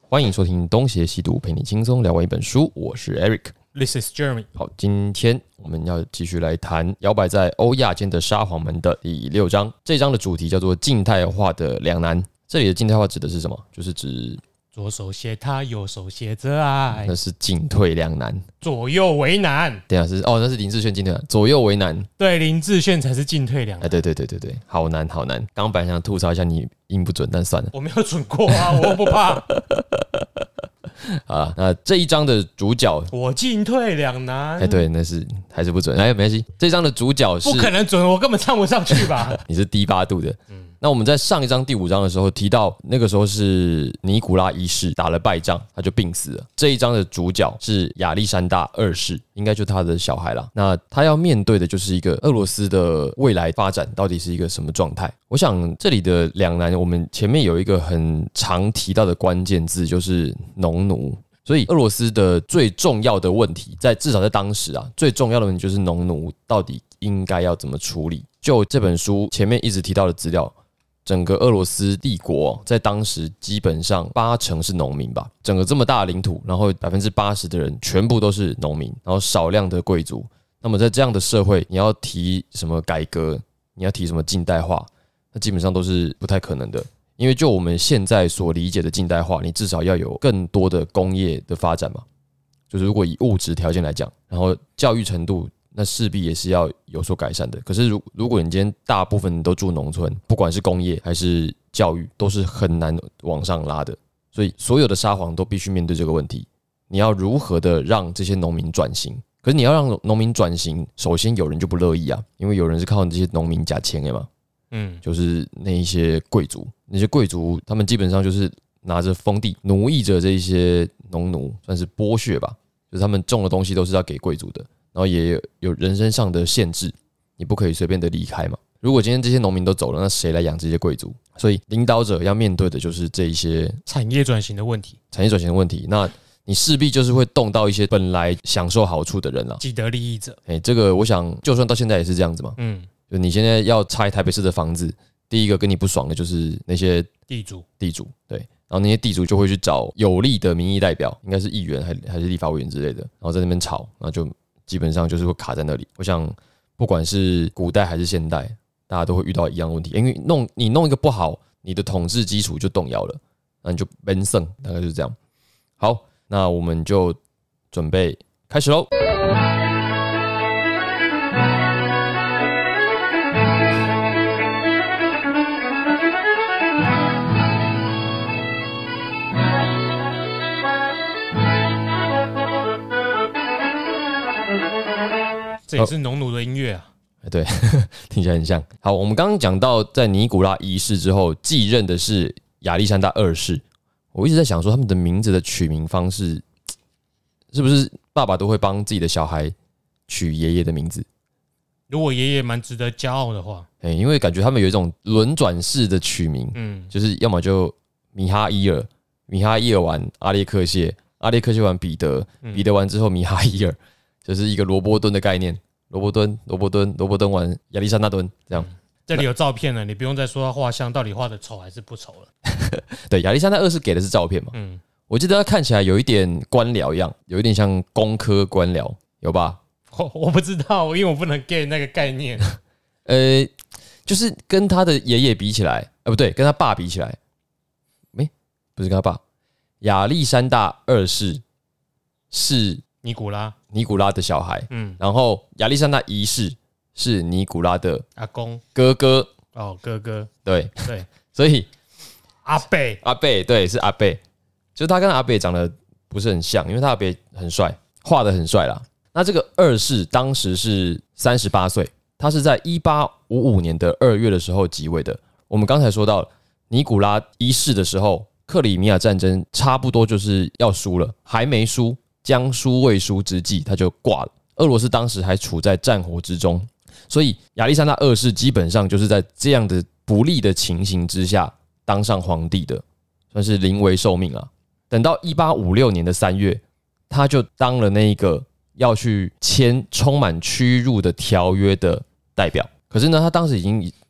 欢迎收听东邪西毒，陪你轻松聊完一本书。我是 Eric，This is Jeremy。 好，今天我们要继续来谈摇摆在欧亚间的沙皇们的第6章。这一章的主题叫做静态化的两难。这里的静态化指的是什么？就是指左手写他，右手写着爱， 那是进退两难， 左右为难。 等一下那是林志炫进退难，左右为难。 对，林志炫才是进退两难。 对，好难好难。刚刚本来想吐槽一下你音不准，但算了， 我没有准过啊，我不怕。 啊，那这一章的主角， 我进退两难。 对，那是还是不准。没关系，这一章的主角是不可能准，我根本唱不上去吧？ 你是低八度的。那我们在上一章第5章的时候提到，那个时候是尼古拉一世打了败仗，他就病死了。这一章的主角是亚历山大2世，应该就是他的小孩啦。那他要面对的就是一个俄罗斯的未来发展到底是一个什么状态。我想这里的两难，我们前面有一个很常提到的关键字，就是农奴。所以俄罗斯的最重要的问题，至少在当时啊，最重要的问题就是农奴到底应该要怎么处理。就这本书前面一直提到的资料，整个俄罗斯帝国在当时基本上80%是农民吧，整个这么大的领土，然后80%的人全部都是农民，然后少量的贵族。那么在这样的社会，你要提什么改革，你要提什么近代化，那基本上都是不太可能的。因为就我们现在所理解的近代化，你至少要有更多的工业的发展嘛，就是如果以物质条件来讲，然后教育程度那势必也是要有所改善的。可是如果你今天大部分都住农村，不管是工业还是教育，都是很难往上拉的。所以所有的沙皇都必须面对这个问题，你要如何的让这些农民转型？可是你要让农民转型，首先有人就不乐意啊，因为有人是靠这些农民夹钱的嘛。就是那一些贵族，他们基本上就是拿着封地奴役着这些农奴，算是剥削吧。就是他们种的东西都是要给贵族的，然后也有人身上的限制，你不可以随便的离开嘛。如果今天这些农民都走了，那谁来养这些贵族？所以领导者要面对的就是这一些产业转型的问题。 那你势必就是会动到一些本来享受好处的人啦， 既得利益者。 这个我想就算到现在也是这样子嘛。就你现在要拆台北市的房子，第一个跟你不爽的就是那些地主，对，然后那些地主就会去找有利的民意代表，应该是议员还是立法委员之类的，然后在那边吵，然后就基本上就是会卡在那里。我想不管是古代还是现代，大家都会遇到一样的问题，因为你弄一个不好，你的统治基础就动摇了，那你就奔胜，大概就是这样。好，那我们就准备开始喽。 这也是农奴的音乐啊。 对，听起来很像。好，我们刚刚讲到，在尼古拉一世之后，继任的是亚历山大2世。我一直在想说，他们的名字的取名方式，是不是爸爸都会帮自己的小孩取爷爷的名字？ 如果爷爷蛮值得骄傲的话， 因为感觉他们有一种轮转式的取名，就是要么就米哈伊尔完阿列克谢，阿列克谢完彼得，彼得完之后米哈伊尔。就是一个罗伯敦的概念，罗伯敦完亚历山大敦这样。 这里有照片了，你不用再说他画像到底画的丑还是不丑了。 对，亚历山大2世给的是照片嘛。我记得他看起来有一点官僚一样，有一点像工科官僚，有吧？ 我不知道，因为我不能 get 那个概念。 就是跟他的爷爷比起来，不对，跟他爸比起来，不是跟他爸，亚历山大2世是尼古拉的小孩，然后亚历山大1世是尼古拉的阿公哥哥， 哥哥， 对，所以阿贝对是阿贝，就是他跟阿贝长得不是很像，因为他阿贝很帅，画得很帅啦。那这个2世当时是38岁，他是在1855年的2月的时候即位的。我们刚才说到尼古拉1世的时候，克里米亚战争差不多就是要输了，还没输。将输未输之际，他就挂了。俄罗斯当时还处在战火之中，所以亚历山大2世基本上就是在这样的不利的情形之下当上皇帝的，算是临危受命啊。等到1856年的3月，他就当了那一个要去签充满屈辱的条约的代表。可是呢，他当时已经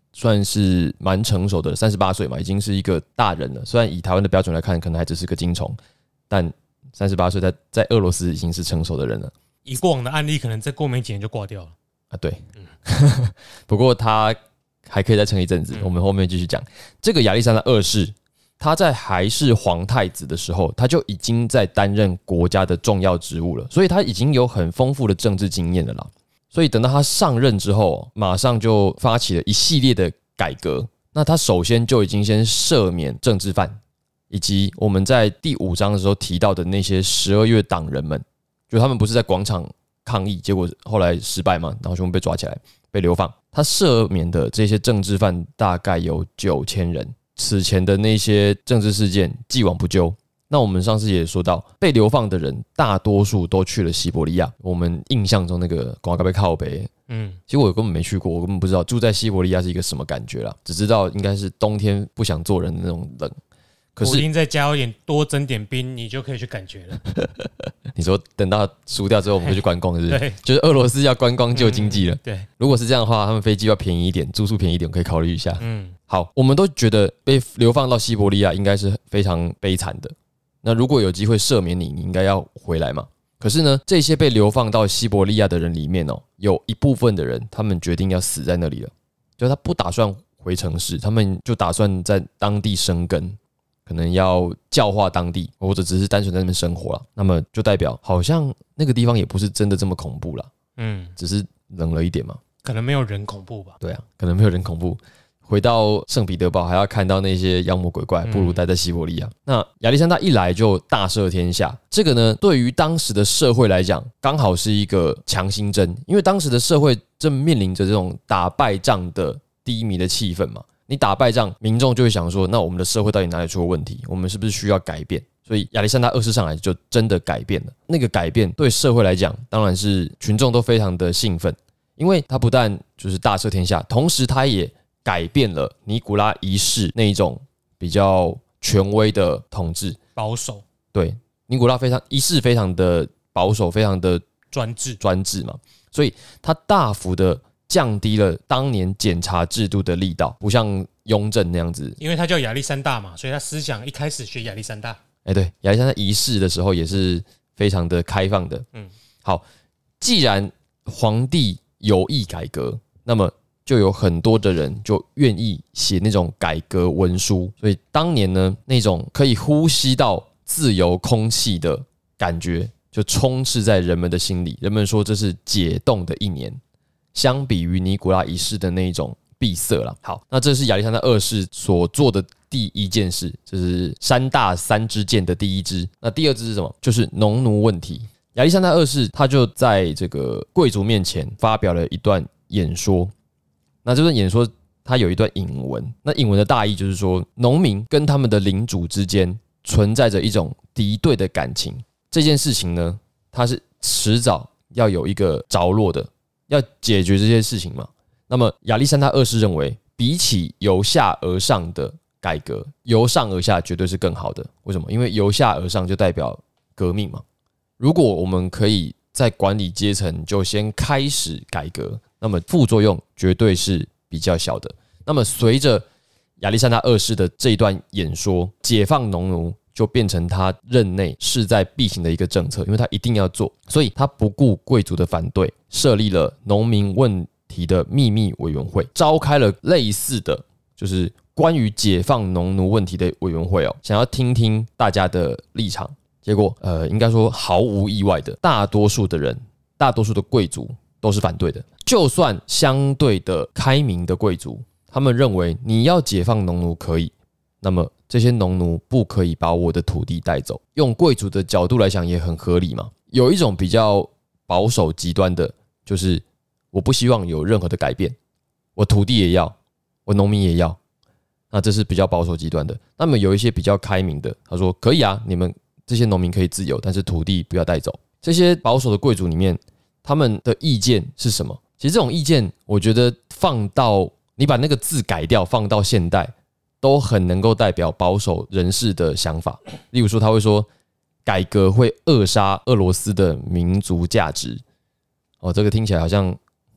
算是蛮成熟的，38岁嘛，已经是一个大人了。虽然以台湾的标准来看，可能还只是个精虫，但38岁在俄罗斯已经是成熟的人了。 以过往的案例，可能再过没几年就挂掉了啊。对，不过他还可以再撑一阵子。我们后面继续讲这个亚历山大二世。他在还是皇太子的时候，他就已经在担任国家的重要职务了，所以他已经有很丰富的政治经验了啦。所以等到他上任之后，马上就发起了一系列的改革。那他首先就已经先赦免政治犯，以及我们在第5章的时候提到的那些12月党人们，就他们不是在广场抗议，结果后来失败嘛，然后全部被抓起来，被流放。他赦免的这些政治犯大概有9000人。此前的那些政治事件既往不咎。那我们上次也说到，被流放的人大多数都去了西伯利亚。我们印象中那个广告被靠北，其实我根本没去过，我根本不知道住在西伯利亚是一个什么感觉啦，只知道应该是冬天不想做人的那种冷。可是普丁再加一点，多增点兵，你就可以去感觉了。 你说等到输掉之后，我们就去观光，是不是？对，就是俄罗斯要观光救经济了。 对， 如果是这样的话，他们飞机要便宜一点，住宿便宜一点，可以考虑一下。好，我们都觉得被流放到西伯利亚应该是非常悲惨的。那如果有机会赦免你，你应该要回来嘛？可是呢，这些被流放到西伯利亚的人里面有一部分的人，他们决定要死在那里了，就他不打算回城市，他们就打算在当地生根。可能要教化当地，或者只是单纯在那边生活啦，那么就代表好像那个地方也不是真的这么恐怖啦，只是冷了一点嘛， 可能没有人恐怖吧？ 对啊，可能没有人恐怖。回到圣彼得堡还要看到那些妖魔鬼怪，不如待在西伯利亚。那亚历山大一来就大赦天下，这个呢，对于当时的社会来讲，刚好是一个强心针，因为当时的社会正面临着这种打败仗的低迷的气氛嘛。你打败仗，民众就会想说，那我们的社会到底哪里出了问题？我们是不是需要改变？所以亚历山大二世上来就真的改变了。那个改变对社会来讲，当然是群众都非常的兴奋，因为他不但就是大赦天下，同时他也改变了尼古拉一世那一种比较权威的统治， 保守。 对，尼古拉一世非常的保守，非常的专制嘛，所以他大幅的降低了当年检察制度的力道，不像雍正那样子。 因为他叫亚历山大嘛，所以他思想一开始学亚历山大。 对，亚历山大一世的时候也是非常的开放的。好，既然皇帝有意改革，那么就有很多的人就愿意写那种改革文书，所以当年呢，那种可以呼吸到自由空气的感觉就充斥在人们的心里。人们说这是解冻的一年。相比于尼古拉一世的那一种闭塞啦。好，那这是亚历山大二世所做的第一件事，这是山大3支箭的第一支。那第2支是什么？就是农奴问题。亚历山大二世他就在这个贵族面前发表了一段演说。那这段演说他有一段引文，那引文的大意就是说，农民跟他们的领主之间存在着一种敌对的感情。这件事情呢，它是迟早要有一个着落的。要解决这些事情嘛？那么亚历山大二世认为，比起由下而上的改革，由上而下绝对是更好的。为什么？因为由下而上就代表革命嘛。如果我们可以在管理阶层就先开始改革，那么副作用绝对是比较小的。那么随着亚历山大二世的这一段演说，解放农奴就变成他任内势在必行的一个政策，因为他一定要做，所以他不顾贵族的反对，设立了农民问题的秘密委员会，召开了类似的就是关于解放农奴问题的委员会想要听听大家的立场。结果应该说毫无意外的，大多数的人，大多数的贵族都是反对的。就算相对的开明的贵族，他们认为你要解放农奴可以，那么这些农奴不可以把我的土地带走。用贵族的角度来想也很合理嘛。有一种比较保守极端的，就是我不希望有任何的改变，我土地也要，我农民也要，那这是比较保守极端的。那么有一些比较开明的，他说可以啊，你们这些农民可以自由，但是土地不要带走。这些保守的贵族里面，他们的意见是什么？其实这种意见，我觉得放到你把那个字改掉，放到现代，都很能够代表保守人士的想法。例如说，他会说，改革会扼杀俄罗斯的民族价值。这个听起来好像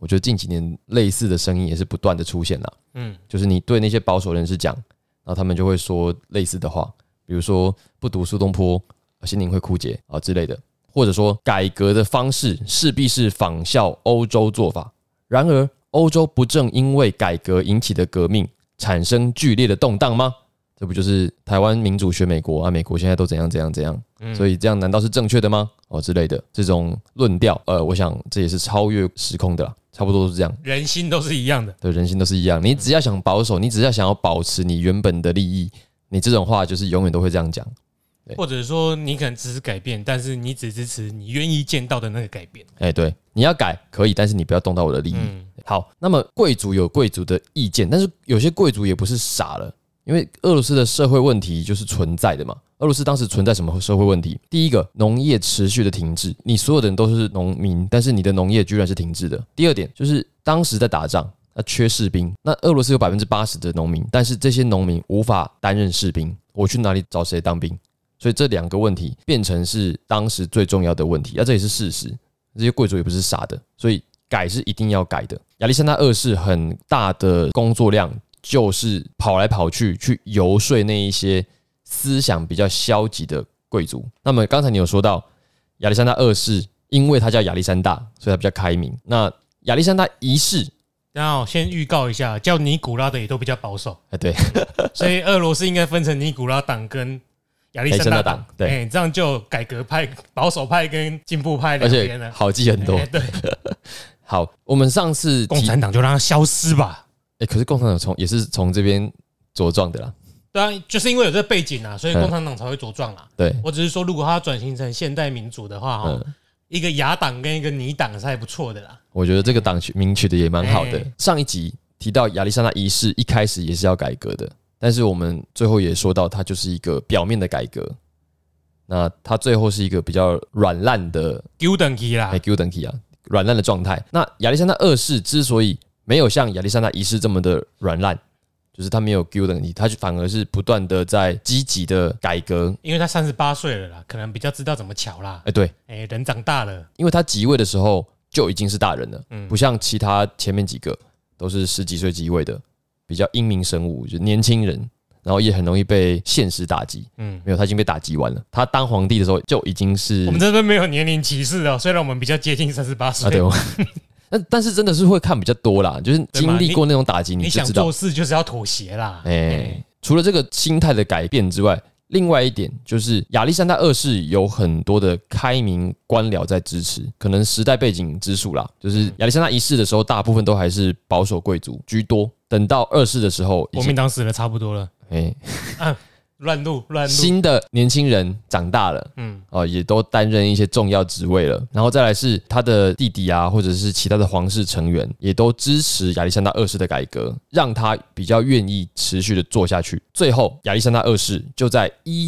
我觉得近几年类似的声音也是不断的出现啦。就是你对那些保守人士讲，然后他们就会说类似的话，比如说不读苏东坡，心灵会枯竭啊之类的，或者说改革的方式势必是仿效欧洲做法。然而，欧洲不正因为改革引起的革命产生剧烈的动荡吗？这不就是台湾民主学美国啊？美国现在都怎样怎样怎样，所以这样难道是正确的吗？之类的这种论调，我想这也是超越时空的啦，差不多都是这样。 人心都是一样的， 对，人心都是一样。你只要想保守，你只要想要保持你原本的利益，你这种话就是永远都会这样讲。 或者说你可能支持改变，但是你只支持你愿意见到的那个改变。 对，你要改可以，但是你不要动到我的利益。好，那么贵族有贵族的意见，但是有些贵族也不是傻了，因为俄罗斯的社会问题就是存在的嘛。俄罗斯当时存在什么社会问题？第一个，农业持续的停滞，你所有的人都是农民，但是你的农业居然是停滞的。第二点就是当时在打仗，缺士兵，那俄罗斯有80%的农民，但是这些农民无法担任士兵，我去哪里找谁当兵？所以这两个问题变成是当时最重要的问题，这也是事实。这些贵族也不是傻的，所以改是一定要改的。亚历山大二世很大的工作量就是跑来跑去游说那一些思想比较消极的贵族。那么刚才你有说到亚历山大二世，因为他叫亚历山大，所以他比较开明。那亚历山大一世， 然后先预告一下，叫尼古拉的也都比较保守。 对， 所以俄罗斯应该分成尼古拉党跟亚历山大党，对，这样就改革派、保守派跟进步派两边了， 而且好记很多。 对， 好，我们上次共产党就让它消失吧。 可是共产党也是从这边茁壮的啦。 对啊，就是因为有这个背景啊，所以共产党才会茁壮啦。 对， 我只是说，如果它转型成现代民主的话，一个亚党跟一个尼党是还不错的啦。 我觉得这个党名取的也蛮好的。上一集提到亚历山大一世一开始也是要改革的。但是我们最后也说到，它就是一个表面的改革，那它最后是一个比较软烂的丢等级啦， 丢等级啊，软烂的状态。那亚历山大二世之所以没有像亚历山大一世这么的软烂，就是他没有丢等级，他反而是不断的在积极的改革， 因为他38岁了啦，可能比较知道怎么巧啦。 对， 人长大了， 因为他即位的时候就已经是大人了，不像其他前面几个都是10几岁即位的。比较英明神武，就年轻人，然后也很容易被现实打击。没有，他已经被打击完了。他当皇帝的时候就已经是…… 我们这边没有年龄歧视哦，虽然我们比较接近38岁。 对，但是真的是会看比较多啦，就是经历过那种打击，你就知道。 你想做事就是要妥协啦。 除了这个心态的改变之外，另外一点就是亚历山大二世有很多的开明官僚在支持，可能时代背景之属啦。就是亚历山大一世的时候，大部分都还是保守贵族居多。等到二世的时候， 国民党死了差不多了。乱入， 新的年轻人长大了，也都担任一些重要职位了。然后再来是他的弟弟啊，或者是其他的皇室成员，也都支持亚历山大二世的改革，让他比较愿意持续的做下去。最后，亚历山大二世就在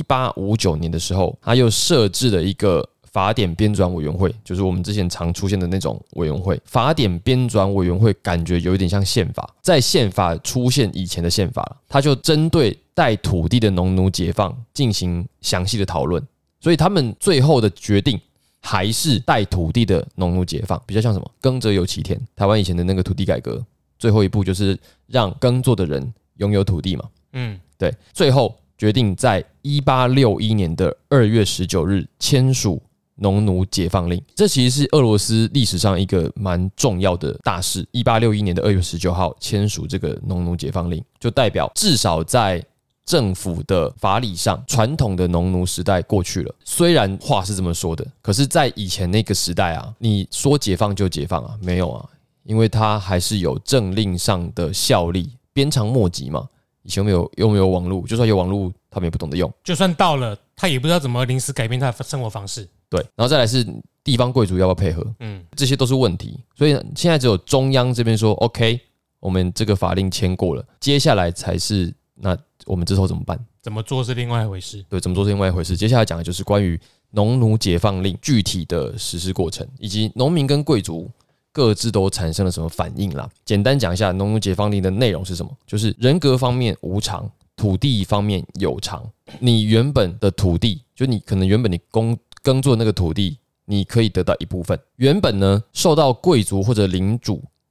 1859年的时候，他又设置了一个法典编纂委员会，就是我们之前常出现的那种委员会。法典编纂委员会感觉有一点像宪法，在宪法出现以前的宪法了，他就针对带土地的农奴解放进行详细的讨论，所以他们最后的决定还是带土地的农奴解放，比较像什么耕者有其田。台湾以前的那个土地改革，最后一步就是让耕作的人拥有土地嘛。对，最后决定在1861年的2月19日签署农奴解放令。这其实是俄罗斯历史上一个蛮重要的大事。1861年的2月19号签署这个农奴解放令，就代表至少在政府的法理上，传统的农奴时代过去了。虽然话是这么说的，可是在以前那个时代啊，你说解放就解放啊？没有啊，因为它还是有政令上的效力，鞭长莫及嘛。以前又没有网络，就算有网络，他们也不懂得用。 就算到了，他也不知道怎么临时改变他的生活方式。 对，然后再来是地方贵族要不要配合，这些都是问题。所以现在只有中央这边说 OK， 我们这个法令签过了，接下来才是那我们之后怎么办？ 怎么做是另外一回事。 对，怎么做是另外一回事。接下来讲的就是关于农奴解放令具体的实施过程，以及农民跟贵族各自都产生了什么反应啦。简单讲一下农奴解放令的内容是什么，就是人格方面无偿，土地方面有偿。你原本的土地，就你可能原本你耕作那个土地，你可以得到一部分。原本呢受到贵族或者领主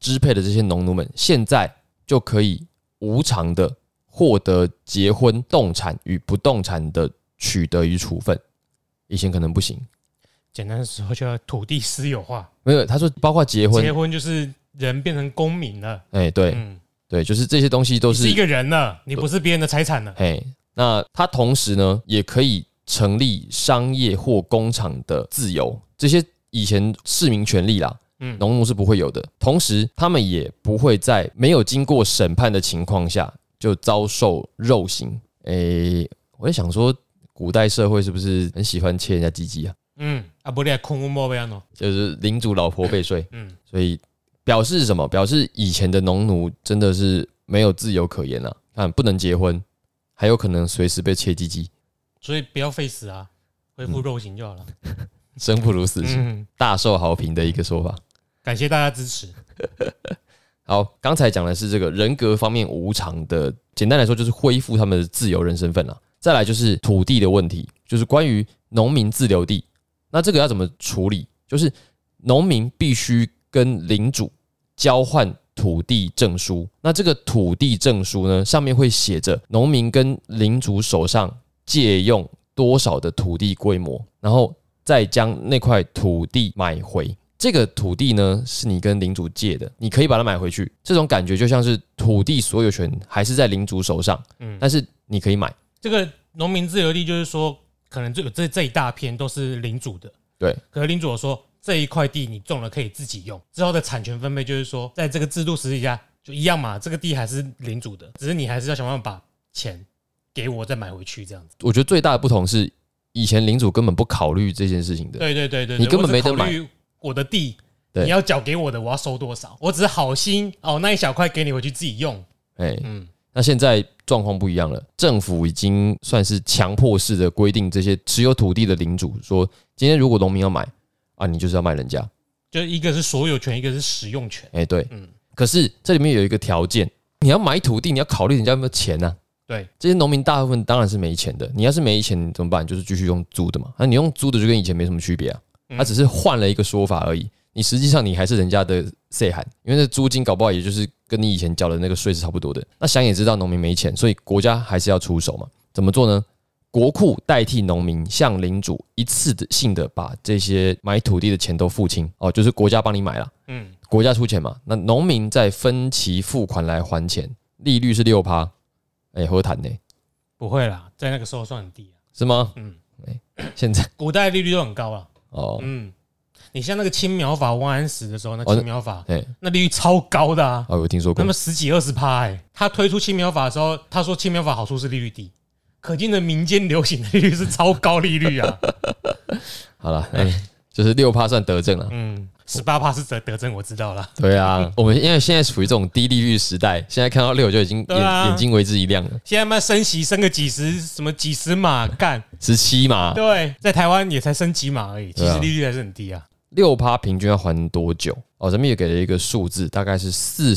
支配的这些农奴们，现在就可以无偿的获得结婚动产与不动产的取得与处分，以前可能不行。 简单的时候就要土地私有化。 没有，他说包括结婚， 结婚就是人变成公民了。 对，对，就是这些东西都是你是一个人了，你不是别人的财产了。 那他同时呢，也可以成立商业或工厂的自由，这些以前市民权利啦，农奴是不会有的。同时，他们也不会在没有经过审判的情况下就遭受肉刑。我在想说，古代社会是不是很喜欢切人家鸡鸡啊？ 不然空屋莫被安喏， 就是领主老婆被睡。所以表示什么？表示以前的农奴真的是没有自由可言啊！看不能结婚，还有可能随时被切鸡鸡。 所以不要废死啊，恢复肉刑就好了。 生不如死刑，大受好评的一个说法。 感谢大家支持。 好，刚才讲的是这个人格方面无偿的，简单来说就是恢复他们的自由人身份啦。再来就是土地的问题，就是关于农民自留地。那这个要怎么处理？就是农民必须跟领主交换土地证书。那这个土地证书呢，上面会写着农民跟领主手上借用多少的土地规模，然后再将那块土地买回。这个土地呢，是你跟领主借的，你可以把它买回去。这种感觉就像是土地所有权还是在领主手上，但是你可以买。 这个农民自留地就是说，可能这一大片都是领主的， 对。 可是领主说这一块地你种了可以自己用，之后的产权分配就是说，在这个制度实施下就一样嘛，这个地还是领主的，只是你还是要想办法把钱给我再买回去这样子。 我觉得最大的不同是，以前领主根本不考虑这件事情的。 对， 你根本没得买。 我的地，你要缴给我的，我要收多少？我只是好心那一小块给你回去自己用。 那现在状况不一样了，政府已经算是强迫式的规定这些持有土地的领主说，今天如果农民要买啊，你就是要卖人家。 就一个是所有权，一个是使用权。 对，可是这里面有一个条件，你要买土地，你要考虑人家有没有钱啊。 对， 这些农民大部分当然是没钱的，你要是没钱怎么办？就是继续用租的嘛。那你用租的就跟以前没什么区别啊，他只是换了一个说法而已。你实际上你还是人家的税函，因为那租金搞不好也就是跟你以前缴的那个税是差不多的。那想也知道农民没钱，所以国家还是要出手嘛。怎么做呢？国库代替农民向领主一次性的把这些买土地的钱都付清就是国家帮你买了，国家出钱嘛。那农民再分期付款来还钱，利率是6%，何谈呢？ 不会啦，在那个时候算很低是吗？现在古代利率都很高了。你像那个青苗法王安石的时候，那青苗法那利率超高的啊！ 我听说过， 他们10几20%他推出青苗法的时候，他说青苗法好处是利率低，可见的民间流行的利率是超高利率啊！ 好了，就是6%算得正了 ，18%是得正，我知道了。 对啊，我们因为现在属于这种低利率时代，现在看到6就已经眼睛为之一亮了。 现在升息升个几十码干 17码， 对，在台湾也才升几码而已，其实利率还是很低啊。 6%平均要还多久？这边也给了一个数字，大概是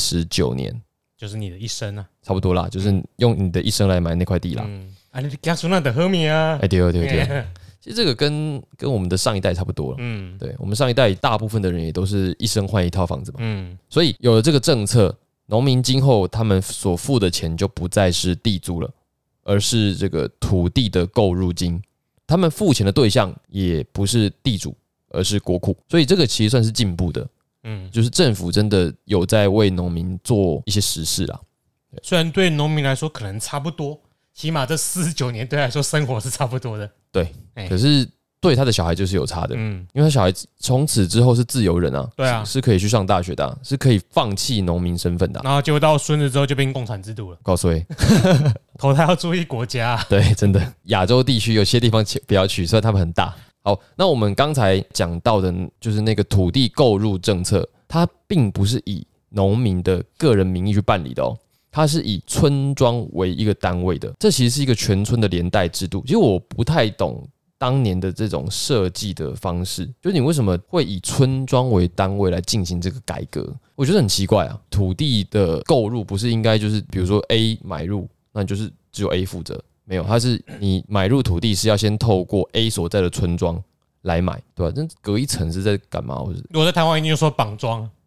49年， 就是你的一生啊， 差不多啦，就是用你的一生来买那块地啦。 你给他说那的喝米啊？ 对。其实这个跟我们的上一代差不多了。对，我们上一代大部分的人也都是一生换一套房子嘛。所以有了这个政策，农民今后他们所付的钱就不再是地租了，而是这个土地的购入金。他们付钱的对象也不是地主，而是国库。所以这个其实算是进步的。就是政府真的有在为农民做一些实事啦。 虽然对农民来说可能差不多，起码这49年对他来说生活是差不多的。 对，可是对他的小孩就是有差的。因为他小孩从此之后是自由人啊， 对啊， 是可以去上大学的，是可以放弃农民身份的。 然后结果到孙子之后就变共产制度了。 告诉你， 投胎要注意国家。 对，真的，亚洲地区有些地方不要去，虽然他们很大。好，那我们刚才讲到的就是那个土地购入政策，它并不是以农民的个人名义去办理的它是以村庄为一个单位的，这其实是一个全村的连带制度。其实我不太懂当年的这种设计的方式，就是你为什么会以村庄为单位来进行这个改革？我觉得很奇怪啊。土地的购入不是应该就是比如说 A 买入，那你就是只有 A 负责？没有，它是你买入土地是要先透过 A 所在的村庄来买，对吧？这隔一层是在干嘛？ 我在台湾一定就说绑庄。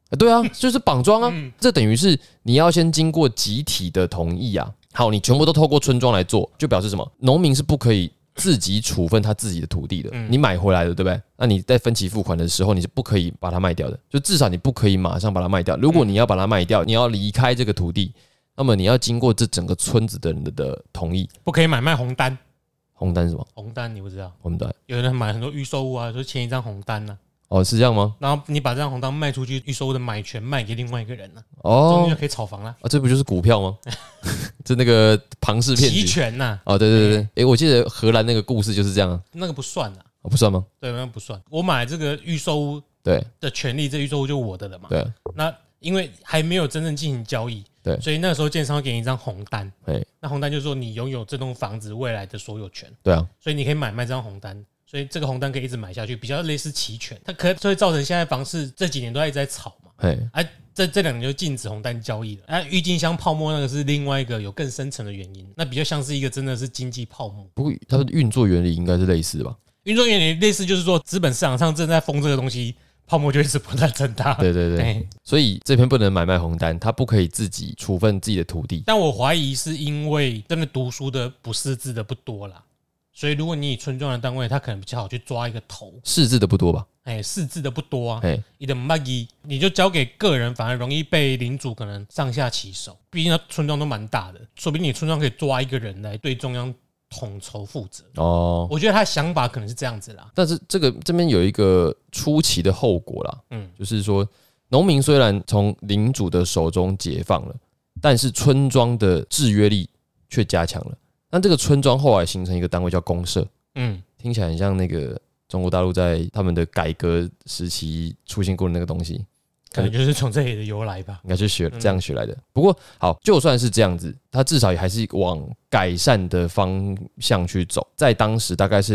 对啊，就是绑桩啊，这等于是你要先经过集体的同意啊。好，你全部都透过村庄来做，就表示什么？农民是不可以自己处分他自己的土地的，你买回来的，对不对？那你在分期付款的时候，你是不可以把它卖掉的，就至少你不可以马上把它卖掉。如果你要把它卖掉，你要离开这个土地，那么你要经过这整个村子的人的同意， 不可以买卖红单。 红单是什么？ 红单你不知道？ 红单有人买很多预售物啊，就签一张红单啊。 哦，是这样吗？ 然后你把这张红单卖出去，预售物的买权卖给另外一个人了， 哦， 就可以炒房了。 这不就是股票吗？这那个庞氏骗局。 期权呐。 哦，对对，我记得荷兰那个故事就是这样啊。 那个不算啊。 不算吗？ 对，那不算。我买这个预售屋的权利，这预售屋就是我的了嘛。 对。 那因为还没有真正进行交易， 对， 所以那个时候建商会给你一张红单。那红单就是说你拥有这栋房子未来的所有权。 对啊。 所以你可以买卖这张红单。所以这个红单可以一直买下去，比较类似期权，它可会造成现在房市这几年都一直在炒嘛。这2年就禁止红单交易了。郁金香泡沫那个是另外一个有更深层的原因，那比较像是一个真的是经济泡沫。 不过它的运作原理应该是类似的吧？ 运作原理类似，就是说资本市场上正在封这个东西，泡沫就一直不断增大。 对，所以这篇不能买卖红单，它不可以自己处分自己的土地。 但我怀疑是因为真的读书的不识字的不多啦。所以，如果你以村庄的单位，他可能比较好去抓一个头。 识字的不多吧？ 识字的不多啊。你的 Maggie， 你就交给个人，反而容易被领主可能上下其手。毕竟，村庄都蛮大的，说不定你村庄可以抓一个人来对中央统筹负责。哦，我觉得他的想法可能是这样子啦。 但是这边有一个出奇的后果啦，就是说，农民虽然从领主的手中解放了，但是村庄的制约力却加强了。但这个村庄后来形成一个单位叫公社，听起来很像那个中国大陆在他们的改革时期出现过的那个东西， 可能就是从这里的由来吧， 应该是这样学来的。不过好，就算是这样子，它至少也还是往改善的方向去走。在当时大概是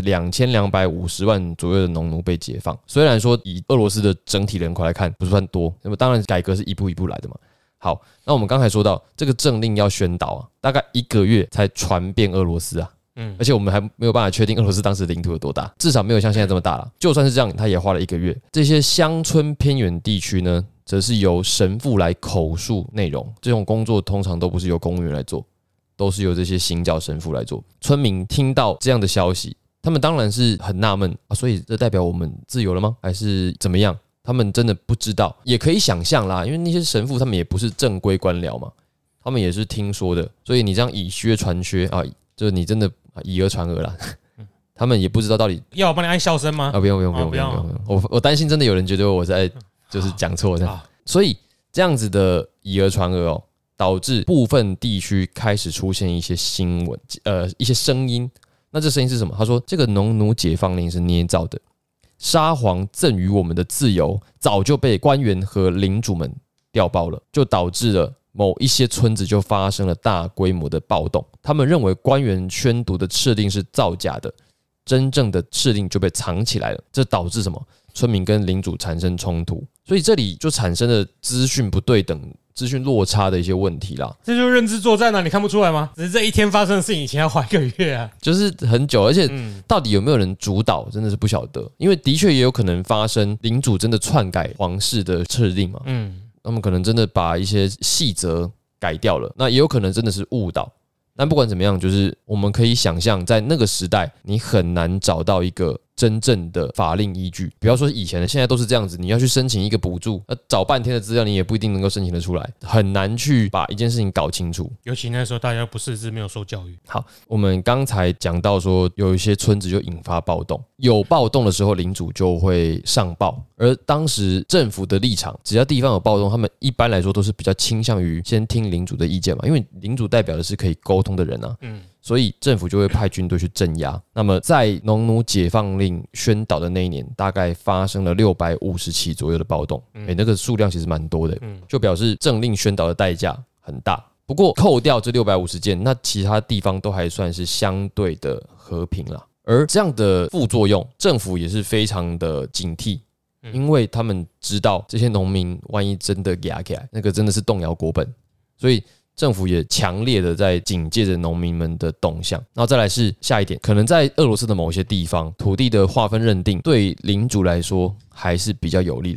2250万左右的农奴被解放，虽然说以俄罗斯的整体人口来看不算多，那么当然改革是一步一步来的嘛。好，那我们刚才说到这个政令要宣导啊，大概1个月才传遍俄罗斯啊，而且我们还没有办法确定俄罗斯当时的领土有多大，至少没有像现在这么大了。就算是这样，它也花了1个月。这些乡村偏远地区呢，则是由神父来口述内容，这种工作通常都不是由公务员来做，都是由这些行脚神父来做。村民听到这样的消息，他们当然是很纳闷啊，所以这代表我们自由了吗？还是怎么样？他们真的不知道，也可以想象啦，因为那些神父他们也不是正规官僚嘛，他们也是听说的，所以你这样以讹传讹啊，就是你真的以讹传讹啦。他们也不知道到底要我帮你按笑声吗？ 不用，我担心真的有人觉得我在就是讲错这样，所以这样子的以讹传讹导致部分地区开始出现一些新闻，一些声音。那这声音是什么？他说这个农奴解放令是捏造的。沙皇赠予我们的自由早就被官员和领主们调包了，就导致了某一些村子就发生了大规模的暴动。他们认为官员宣读的敕令是造假的，真正的敕令就被藏起来了，这导致什么？村民跟领主产生冲突，所以这里就产生了资讯不对等、资讯落差的一些问题啦。 这就是认知作战啊，你看不出来吗？只是这一天发生的事情，以前要花1个月啊， 就是很久，而且到底有没有人主导，真的是不晓得。因为的确也有可能发生领主真的篡改皇室的敕令嘛，他们可能真的把一些细则改掉了，那也有可能真的是误导。但不管怎么样，就是我们可以想象，在那个时代，你很难找到一个真正的法令依据。不要说以前的，现在都是这样子，你要去申请一个补助，找半天的资料，你也不一定能够申请得出来，很难去把一件事情搞清楚。 尤其那时候大家不识字，没有受教育。 好，我们刚才讲到说，有一些村子就引发暴动，有暴动的时候，领主就会上报。而当时政府的立场，只要地方有暴动，他们一般来说都是比较倾向于先听领主的意见嘛，因为领主代表的是可以沟通的人啊。所以政府就会派军队去镇压。那么在农奴解放令宣导的那一年，大概发生了650起左右的暴动，那个数量其实蛮多的，就表示政令宣导的代价很大。不过扣掉这650件，那其他地方都还算是相对的和平啦。而这样的副作用，政府也是非常的警惕，因为他们知道这些农民万一真的压起来，那个真的是动摇国本，所以政府也强烈的在警戒着农民们的动向。然后再来是下一点，可能在俄罗斯的某些地方，土地的划分认定对领主来说还是比较有利的，这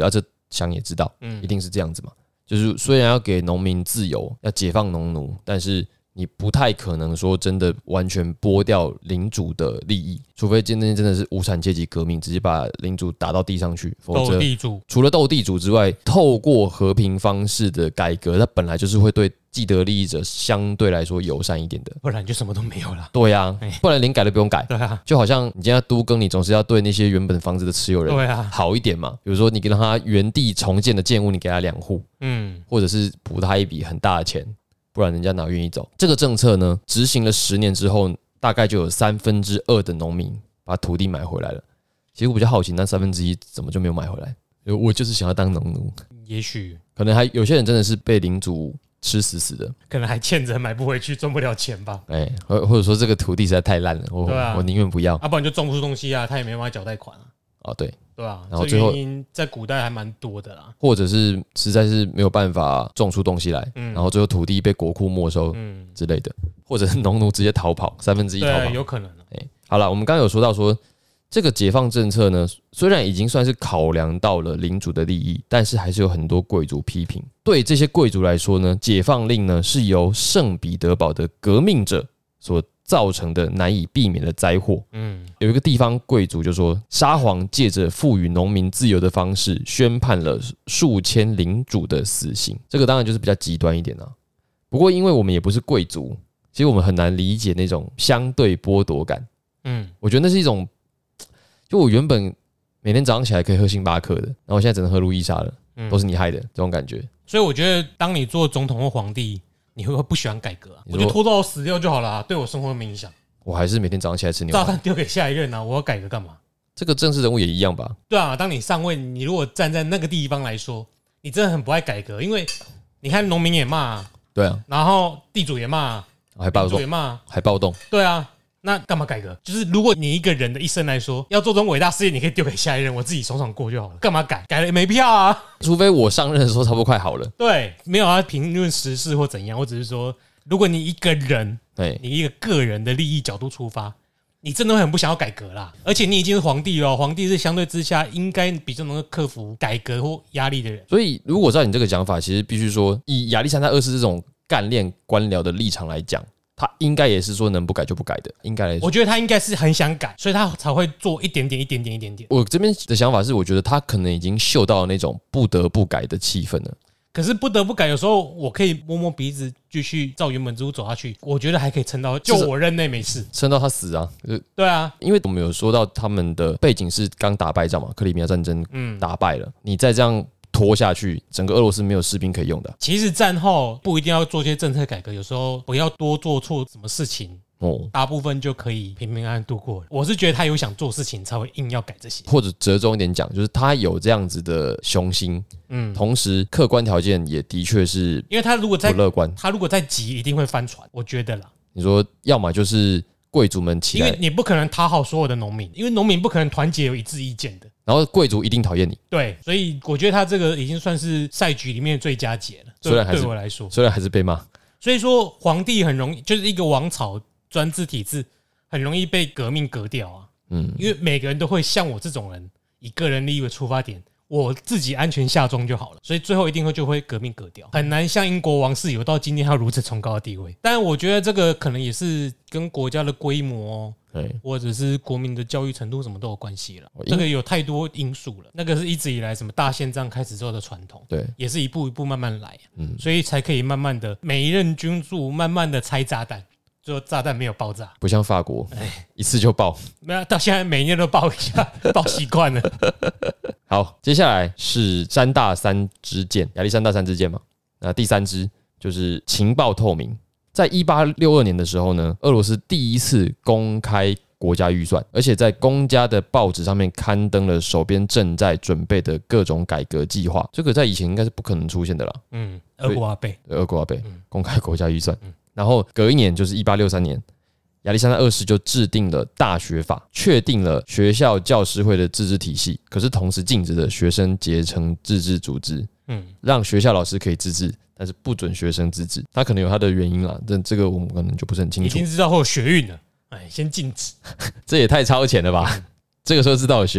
想也知道，一定是这样子嘛。就是虽然要给农民自由，要解放农奴，但是你不太可能说真的完全剥掉领主的利益，除非今天真的是无产阶级革命，直接把领主打到地上去，否则除了斗地主之外，透过和平方式的改革，它本来就是会对既得利益者相对来说友善一点的， 不然就什么都没有了。 对啊，不然连改都不用改。 对啊， 就好像你今天要都更，你总是要对那些原本房子的持有人好一点嘛。比如说你让他原地重建的建物，你给他2户，或者是补他一笔很大的钱。不然人家哪愿意走？这个政策呢，执行了10年之后，大概就有2/3的农民把土地买回来了。其实我比较好奇，那1/3怎么就没有买回来？我就是想要当农奴。 也许可能还有些人真的是被领主吃死死的， 可能还欠着买不回去，赚不了钱吧。 或者说这个土地实在太烂了，我宁愿不要。 不然就种不出东西啊，他也没办法缴贷款啊。对啊，然后最后原因在古代还蛮多的啦， 或者是实在是没有办法种出东西来，然后最后土地被国库没收之类的，或者是农奴直接逃跑1/3逃跑， 对，有可能。 好了，我们刚刚有说到说这个解放政策呢，虽然已经算是考量到了领主的利益，但是还是有很多贵族批评。对这些贵族来说呢，解放令呢是由圣彼得堡的革命者所造成的难以避免的灾祸。有一个地方贵族就说，沙皇借着赋予农民自由的方式，宣判了数千领主的死刑。这个当然就是比较极端一点啊。不过因为我们也不是贵族，其实我们很难理解那种相对剥夺感。我觉得那是一种，就我原本每天早上起来可以喝星巴克的，然后我现在只能喝路易莎了，都是你害的这种感觉。 所以我觉得，当你做总统或皇帝，你会不会不喜欢改革啊？我就拖到我死掉就好了，对我生活没影响。 我还是每天早上起来吃牛排。 炸弹丢给下一任啊！我要改革干嘛？ 这个政治人物也一样吧？ 对啊，当你上位，你如果站在那个地方来说，你真的很不爱改革，因为你看农民也骂， 对啊， 然后地主也骂， 还暴动，还暴动， 对啊。那干嘛改革？就是如果你一个人的一生来说，要做这种伟大事业，你可以丢给下一任，我自己爽爽过就好了。干嘛改？改了也没必要啊。 除非我上任的时候差不多快好了。 对，没有要评论时事或怎样，我只是说，如果你一个人，你一个个人的利益角度出发，你真的会很不想要改革啦。而且你已经是皇帝了，皇帝是相对之下应该比较能够克服改革或压力的人。 所以，如果照你这个讲法，其实必须说，以亚历山大2世这种干练官僚的立场来讲。他应该也是说能不改就不改的，应该来说， 我觉得他应该是很想改，所以他才会做一点点。 我这边的想法是，我觉得他可能已经嗅到了那种不得不改的气氛了。 可是不得不改，有时候我可以摸摸鼻子，继续照原本之路走下去，我觉得还可以撑到就我任内没事， 撑到他死啊。 对啊， 因为我们有说到他们的背景是刚打败仗嘛，克里米亚战争打败了，你再这样拖下去，整个俄罗斯没有士兵可以用的。 其实战后不一定要做些政策改革，有时候不要多做错什么事情，大部分就可以平平安安度过了。我是觉得他有想做事情才会硬要改这些， 或者折中一点讲，就是他有这样子的雄心，同时客观条件也的确是， 因为他如果在不乐观， 他如果再急一定会翻船，我觉得啦。 你说要么就是贵族们期待， 因为你不可能讨好所有的农民，因为农民不可能团结有一致意见的。 然后贵族一定讨厌你， 对，所以我觉得他这个已经算是赛局里面的最佳解了。对我来说， 虽然还是被骂， 所以说皇帝很容易就是一个王朝专制体制，很容易被革命革掉啊。因为每个人都会像我这种人，以个人利益为出发点，我自己安全下庄就好了，所以最后一定就会革命革掉，很难像英国王室有到今天他如此崇高的地位。但我觉得这个可能也是跟国家的规模，或者是国民的教育程度什么都有关系了。这个有太多因素了，那个是一直以来什么大宪章开始之后的传统，对，也是一步一步慢慢来，所以才可以慢慢的每一任君主慢慢的拆炸弹。最后炸弹没有爆炸， 不像法国，一次就爆。 没有，到现在每年都爆一下，爆习惯了。 好，接下来是山大三支箭，亚历山大三支箭嘛。那第3支就是情报透明。在1862年的时候呢，俄罗斯第一次公开国家预算，而且在公家的报纸上面刊登了手边正在准备的各种改革计划。这个在以前应该是不可能出现的啦。 俄国阿贝， 俄国阿贝公开国家预算。然后隔一年就是1863年，亚历山大2世就制定了大学法，确定了学校教师会的自治体系，可是同时禁止了学生结成自治组织，让学校老师可以自治，但是不准学生自治。他可能有他的原因啦，但这个我们可能就不是很清楚。 已经知道会有学运了，先禁止， 这也太超前了吧？这个时候知道有学运。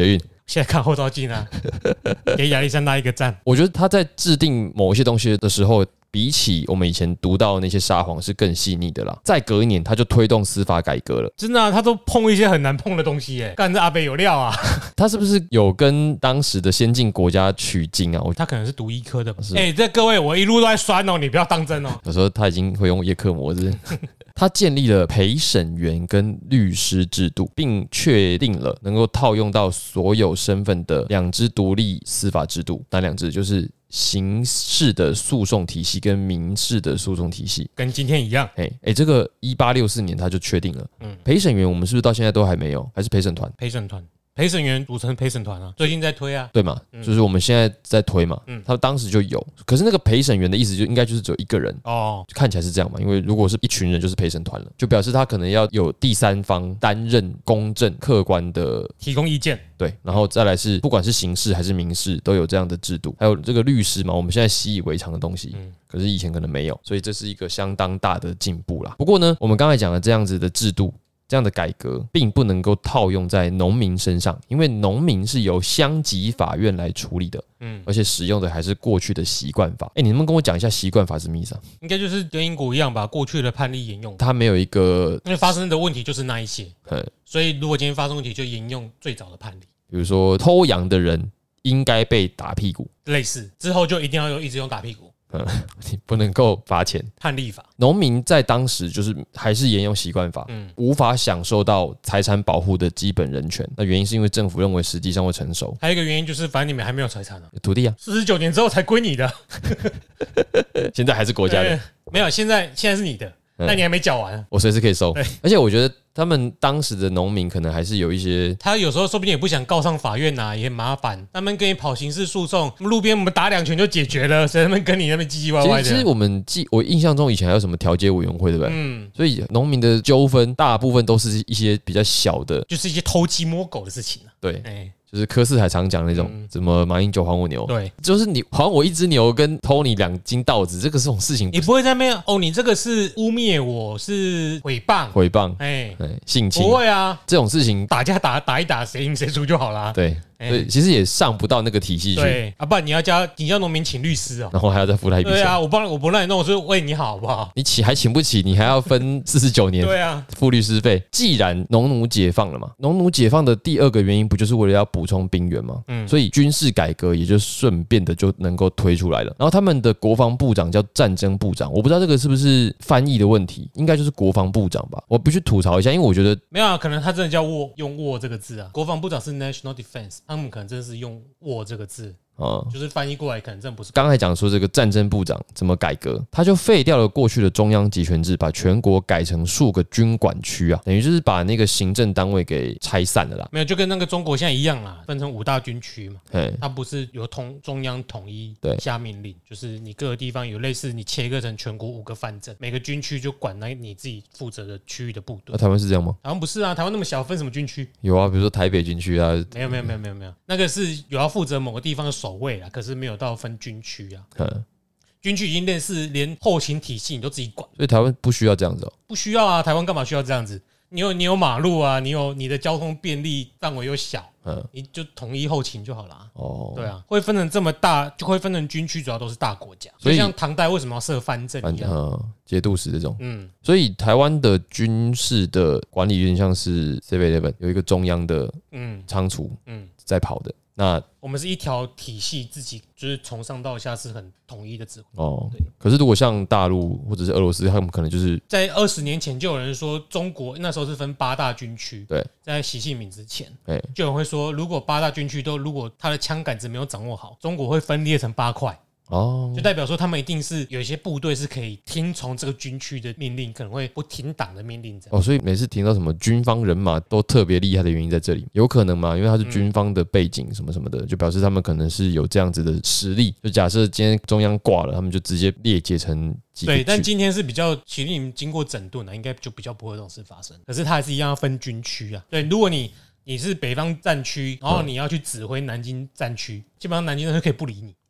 现在看后照镜啊，给亚历山大一个赞。 我觉得他在制定某一些东西的时候，比起我们以前读到的那些沙皇是更细腻的啦。再隔一年，他就推动司法改革了。 真的啊，他都碰一些很难碰的东西耶。干，这阿北有料啊！ 他是不是有跟当时的先进国家取经啊？ 他可能是读医科的吧。这各位我一路都在酸哦，你不要当真哦。 有时候他已经会用叶克膜是他建立了陪审员跟律师制度，并确定了能够套用到所有身份的两支独立司法制度。哪两支？就是刑事的诉讼体系跟民事的诉讼体系， 跟今天一样。 这个1864年他就确定了。陪审员我们是不是到现在都还没有？还是陪审团？ 陪审员组成陪审团啊，最近在推啊， 对嘛？就是我们现在在推嘛。他当时就有，可是那个陪审员的意思就应该就是只有一个人哦，看起来是这样嘛。因为如果是一群人，就是陪审团了，就表示他可能要有第三方担任公正、客观的提供意见。 对，然后再来是不管是刑事还是民事都有这样的制度，还有这个律师嘛，我们现在习以为常的东西，可是以前可能没有，所以这是一个相当大的进步啦。不过呢，我们刚才讲的这样子的制度。这样的改革并不能够套用在农民身上，因为农民是由乡级法院来处理的，而且使用的还是过去的习惯法。你能不能跟我讲一下习惯法是什么意思啊？ 应该就是跟英国一样吧，过去的判例沿用。 它没有一个， 因为发生的问题就是那一些，所以如果今天发生问题，就沿用最早的判例。 比如说偷羊的人应该被打屁股， 类似之后就一定要一直用打屁股。 你不能够罚钱。 判例法， 农民在当时就是还是沿用习惯法，无法享受到财产保护的基本人权。那原因是因为政府认为实际上会成熟， 还有一个原因就是反正你们还没有财产啊， 土地啊 ，49年之后才归你的， 现在还是国家的， 没有，现在是你的。但你还没缴完， 我随时可以收。而且我觉得他们当时的农民可能还是有一些， 他有时候说不定也不想告上法院啊，也很麻烦。他们跟你跑刑事诉讼，路边我们打2拳就解决了，谁他们跟你那边唧唧歪歪的？ 其实我印象中以前还有什么调解委员会，对不对？所以农民的纠纷大部分都是一些比较小的， 就是一些偷鸡摸狗的事情啊。 对，就是柯四海常讲那种，怎么马英九还我牛？ 对， 就是你还我一只牛，跟偷你2斤稻子，这个种事情， 你不会在那边哦，你这个是污蔑我，是诽谤， 性侵， 不会啊， 这种事情打架打一打，谁赢谁输就好啦。 对。对，其实也上不到那个体系去。 对啊，不然你要叫农民请律师哦， 然后还要再付他一笔钱。 对啊，我不让你弄，我说为你好，好不好？ 你还请不起，你还要分49年， 对啊， 付律师费。既然农奴解放了嘛，农奴解放的第2个原因不就是为了要补充兵源吗？所以军事改革也就顺便的就能够推出来了。然后他们的国防部长叫战争部长，我不知道这个是不是翻译的问题，应该就是国防部长吧？我必须吐槽一下，因为我觉得没有啊，可能他真的叫用“沃”这个字啊。国防部长是 National Defense， 他们可能真的是用“沃”这个字。就是翻译过来可能真不是。 刚才讲说这个战争部长怎么改革，他就废掉了过去的中央集权制，把全国改成数个军管区啊，等于就是把那个行政单位给拆散了啦。 没有，就跟那个中国现在一样啦，分成5大军区嘛。它不是由中央统一下命令，就是你各个地方有类似你切割成全国5个藩镇，每个军区就管你自己负责的区域的部队。 台湾是这样吗？ 台湾不是啊，台湾那么小，分什么军区？ 有啊，比如说台北军区啊。 没有，那个是有要负责某个地方的守卫啦，可是没有到分军区啊。军区已经类似连后勤体系你都自己管， 所以台湾不需要这样子哦。 不需要啊，台湾干嘛需要这样子？你有马路啊，你的交通便利，范围又小，你就统一后勤就好了。对啊，会分成这么大，就会分成军区，主要都是大国家。所以像唐代为什么要设藩镇一样， 节度使这种。所以台湾的军事的管理有点像是 7-11 有一个中央的仓储在跑的。那我们是一条体系，自己就是从上到下是很统一的指挥。 可是如果像大陆或者是俄罗斯，他们可能就是在20年前就有人说，中国那时候是分8大军区。 对， 在习近平之前，就有人会说，如果8大军区如果他的枪杆子没有掌握好，中国会分裂成8块。就代表说他们一定是有一些部队是可以听从这个军区的命令，可能会不听党的命令这样。 所以每次听到什么军方人马都特别厉害的原因在这里，有可能吗？因为他是军方的背景什么什么的，就表示他们可能是有这样子的实力。就假设今天中央挂了，他们就直接列解成几个。 对，但今天是比较习近平经过整顿应该就比较不会有这种事发生。可是他还是一样要分军区啊。对，如果你是北方战区，然后你要去指挥南京战区，基本上南京人就可以不理你。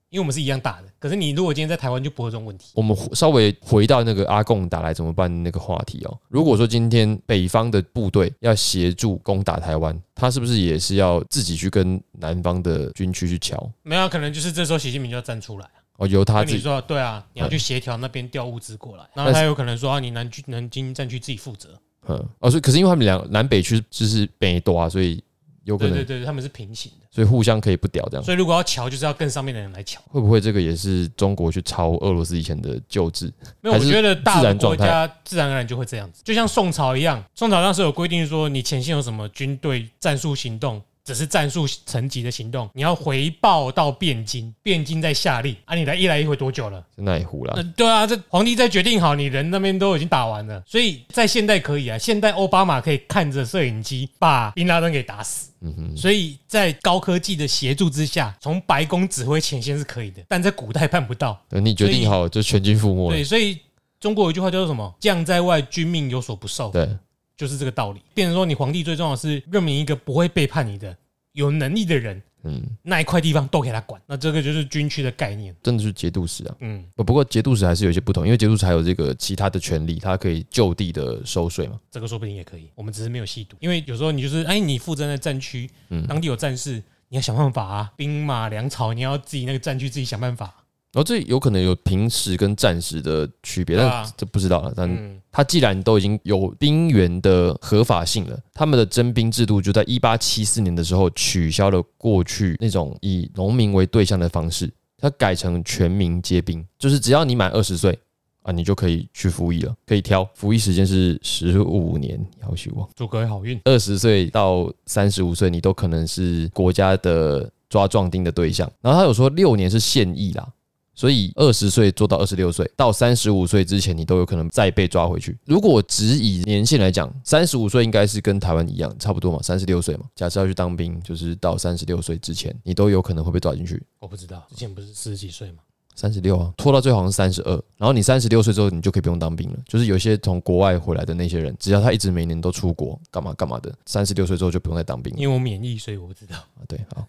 因为我们是一样打的。可是你如果今天在台湾就不会有这种问题。 我们稍微回到那个阿共打来怎么办那个话题哦。如果说今天北方的部队要协助攻打台湾，他是不是也是要自己去跟南方的军区去瞧？ 没有，可能就是这时候习近平就要站出来。 哦，由他自己跟你说，对啊，你要去协调那边调物资过来，然后他有可能说你南京战区自己负责。 所以可是因为他们南北区就是北多啊，所以有可能对，他们是平行的， 所以互相可以不屌这样。 所以如果要瞧，就是要更上面的人来瞧。 会不会这个也是中国去抄俄罗斯以前的旧制？ 没有，我觉得大的国家自然而然就会这样子，就像宋朝一样，宋朝当时有规定说，你前线有什么军队战术行动。只是战术层级的行动，你要回报到汴京，汴京再下令啊！你一来一回多久了？ 那也胡了。 对啊，这皇帝再决定好，你人那边都已经打完了，所以在现代可以啊，现代奥巴马可以看着摄影机把宾拉登给打死。所以在高科技的协助之下，从白宫指挥前线是可以的，但在古代办不到。 等你决定好，就全军覆没了。 对，所以中国有一句话叫做什么？将在外，军命有所不受。 对。 就是这个道理，变成说你皇帝最重要的是任命一个不会背叛你的、有能力的人，那一块地方都给他管，那这个就是军区的概念， 真的是节度使啊。不过节度使还是有一些不同，因为节度使还有这个其他的权利，他可以就地的收税嘛。 这个说不定也可以，我们只是没有细读，因为有时候你就是你负责那战区，当地有战事，你要想办法啊，兵马粮草，你要自己那个战区自己想办法。 然后这有可能有平时跟战时的区别，但这不知道了。但他既然都已经有兵员的合法性了，他们的征兵制度就在1874年的时候取消了过去那种以农民为对象的方式，它改成全民皆兵，就是只要你满20岁啊，你就可以去服役了，可以挑服役时间是15年，要许我祝各位好运。 20岁到35岁，你都可能是国家的抓壮丁的对象。然后他有说6年是现役啦。所以20岁做到26岁，到35岁之前，你都有可能再被抓回去。如果只以年限来讲，35岁应该是跟台湾一样，差不多嘛，36岁嘛。假设要去当兵，就是到36岁之前，你都有可能会被抓进去。 我不知道，之前不是40几岁吗 ？36啊，拖到最后好像是32，然后你36岁之后，你就可以不用当兵了。就是有些从国外回来的那些人，只要他一直每年都出国，干嘛干嘛的，36岁之后就不用再当兵了。 因为我免疫，所以我不知道。 对，好。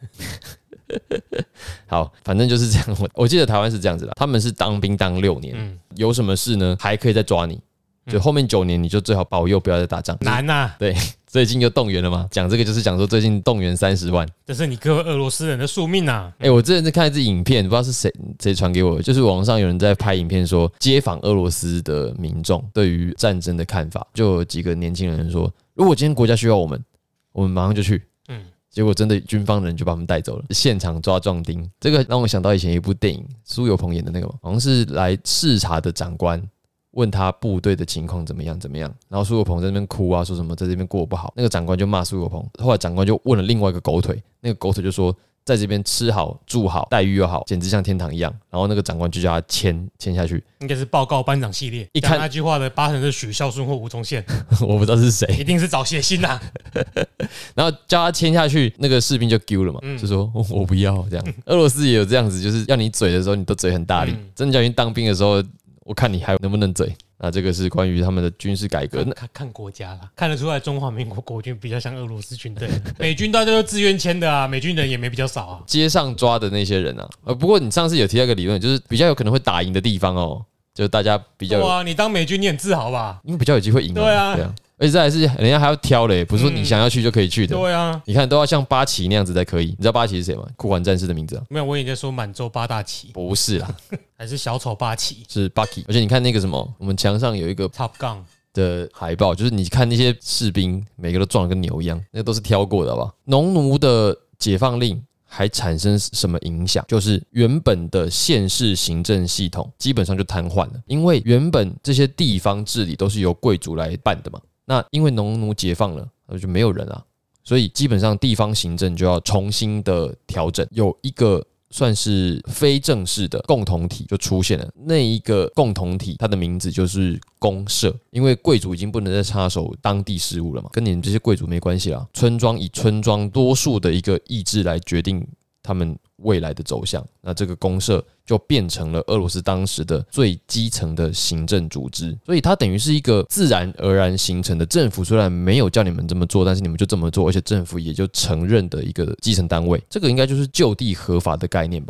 好，反正就是这样。我记得台湾是这样子的，他们是当兵当6年，有什么事呢，还可以再抓你，就后面9年你就最好保佑不要再打仗。 难啊， 对，最近又动员了嘛。讲这个就是讲说最近动员30万， 这是你各位俄罗斯人的宿命啊。 我之前在看一支影片，不知道是谁传给我的，就是网上有人在拍影片说街访俄罗斯的民众对于战争的看法，就有几个年轻人说，如果今天国家需要我们马上就去。结果真的军方人就把他们带走了，现场抓壮丁。这个让我想到以前一部电影，苏有朋演的那个嘛，好像是来视察的长官问他部队的情况怎么样，然后苏有朋在那边哭啊，说什么在这边过不好，那个长官就骂苏有朋。后来长官就问了另外一个狗腿，那个狗腿就说在这边吃好住好待遇又好，简直像天堂一样。然后那个长官就叫他签下去， 应该是报告班长系列。一看那句话的8成是许孝顺或吴宗宪， 我不知道是谁， 一定是找写信啊。 然后叫他签下去，那个士兵就丢了嘛，就说我不要这样。俄罗斯也有这样子，就是要你嘴的时候你都嘴很大力，真的叫你当兵的时候，我看你还能不能嘴。那这个是关于他们的军事改革。 看国家啦，看得出来中华民国国军比较像俄罗斯军队，美军大家都自愿签的啊，美军人也没比较少啊。 街上抓的那些人啊，不过你上次有提到一个理论，就是比较有可能会打赢的地方哦，就大家比较哇，你当美军你很自豪吧？ 因为比较有机会赢。 对啊。 而且再来是人家还要挑嘞，不是说你想要去就可以去的。 对啊， 你看都要像八旗那样子才可以。你知道八旗是谁吗？酷寒战士的名字啊？ 没有，我以前在说满洲八大旗， 不是啦， 还是小丑八旗， 是 Bucky。而且你看那个什么，我们墙上有一个 Top Gun 的海报，就是你看那些士兵，每个都壮得跟牛一样，那都是挑过的，好不好？农奴的解放令还产生什么影响？就是原本的县市行政系统基本上就瘫痪了，因为原本这些地方治理都是由贵族来办的嘛。那因为农奴解放了，就没有人啊，所以基本上地方行政就要重新的调整，有一个算是非正式的共同体就出现了。那一个共同体，它的名字就是公社，因为贵族已经不能再插手当地事务了嘛，跟你们这些贵族没关系啦。村庄以村庄多数的一个意志来决定他们未来的走向，那这个公社就变成了俄罗斯当时的最基层的行政组织，所以它等于是一个自然而然形成的。政府虽然没有叫你们这么做，但是你们就这么做，而且政府也就承认的一个基层单位。这个应该就是就地合法的概念吧。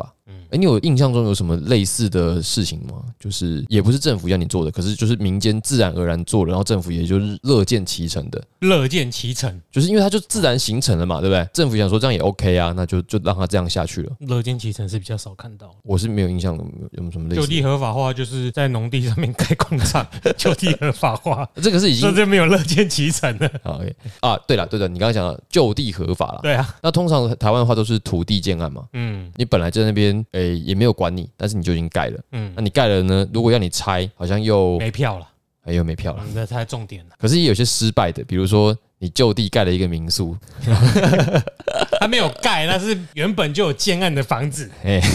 你有印象中有什么类似的事情吗？就是也不是政府要你做的，可是就是民间自然而然做了，然后政府也就是乐见其成的。 乐见其成， 就是因为它就自然形成了嘛，对不对？政府想说这样也 OK 啊，那就让它这样下去了。 乐见其成是比较少看到， 我是没有印象有没有什么类似的。 就地合法化就是在农地上面盖工厂，就地合法化， 这个是已经这就没有乐见其成了。 OK 啊，对了，你刚才讲的就地合法了， 对啊， 那通常台湾的话都是土地建案嘛，你本来在那边也没有管你，但是你就已经盖了，那你盖了呢，如果要你拆，好像又没票了， 又没票了， 这才重点了。 可是也有些失败的，比如说你就地盖了一个民宿， 他没有盖，那是原本就有建案的房子。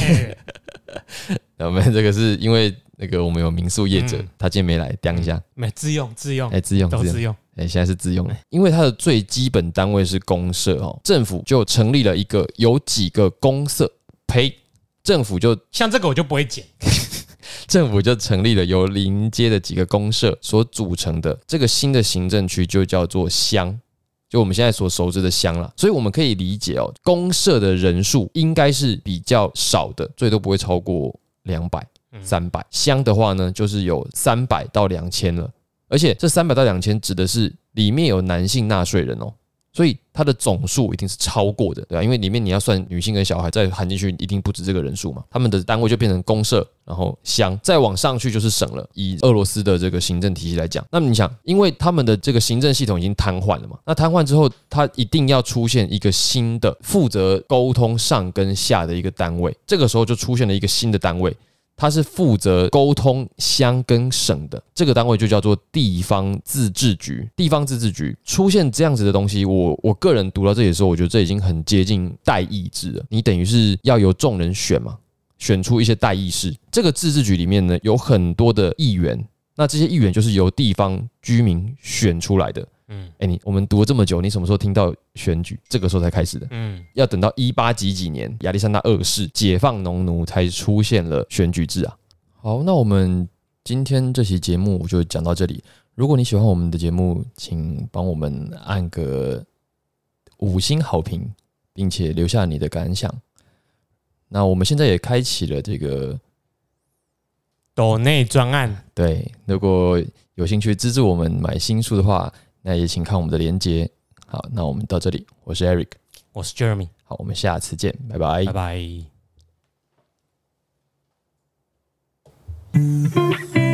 我们这个是因为那个我们有民宿业者，他今天没来，讲一下， 没自用， 自用， 都自用。 现在是自用，因为它的最基本单位是公社哦，政府就成立了一个有几个公社，政府就像这个我就不会剪。 政府就成立了由邻街的几个公社所组成的这个新的行政区，就叫做乡，就我们现在所熟知的乡啦。所以我们可以理解哦，公社的人数应该是比较少的，最多不会超过200、300。乡的话呢，就是有300到2000了，而且这300到2000指的是里面有男性纳税人哦。所以它的总数一定是超过的，对吧？因为里面你要算女性跟小孩，再含进去一定不止这个人数嘛。他们的单位就变成公社，然后乡，再往上去就是省了。以俄罗斯的这个行政体系来讲，那么你想，因为他们的这个行政系统已经瘫痪了嘛，那瘫痪之后，它一定要出现一个新的负责沟通上跟下的一个单位。这个时候就出现了一个新的单位。它是负责沟通乡跟省的，这个单位就叫做地方自治局。地方自治局出现这样子的东西，我个人读到这里的时候，我觉得这已经很接近代议制了。你等于是要由众人选嘛，选出一些代议士。这个自治局里面呢，有很多的议员，那这些议员就是由地方居民选出来的。我们读了这么久，你什么时候听到选举？这个时候才开始的。要等到18几年亚历山大2世解放农奴才出现了选举制啊。好，那我们今天这期节目就讲到这里。如果你喜欢我们的节目，请帮我们按个5星好评，并且留下你的感想。那我们现在也开启了这个斗内专案， 对，如果有兴趣资助我们买新书的话，那也请看我们的连结。好，那我们到这里，我是 Eric， 我是 Jeremy， 好，我们下次见，拜拜， 拜拜。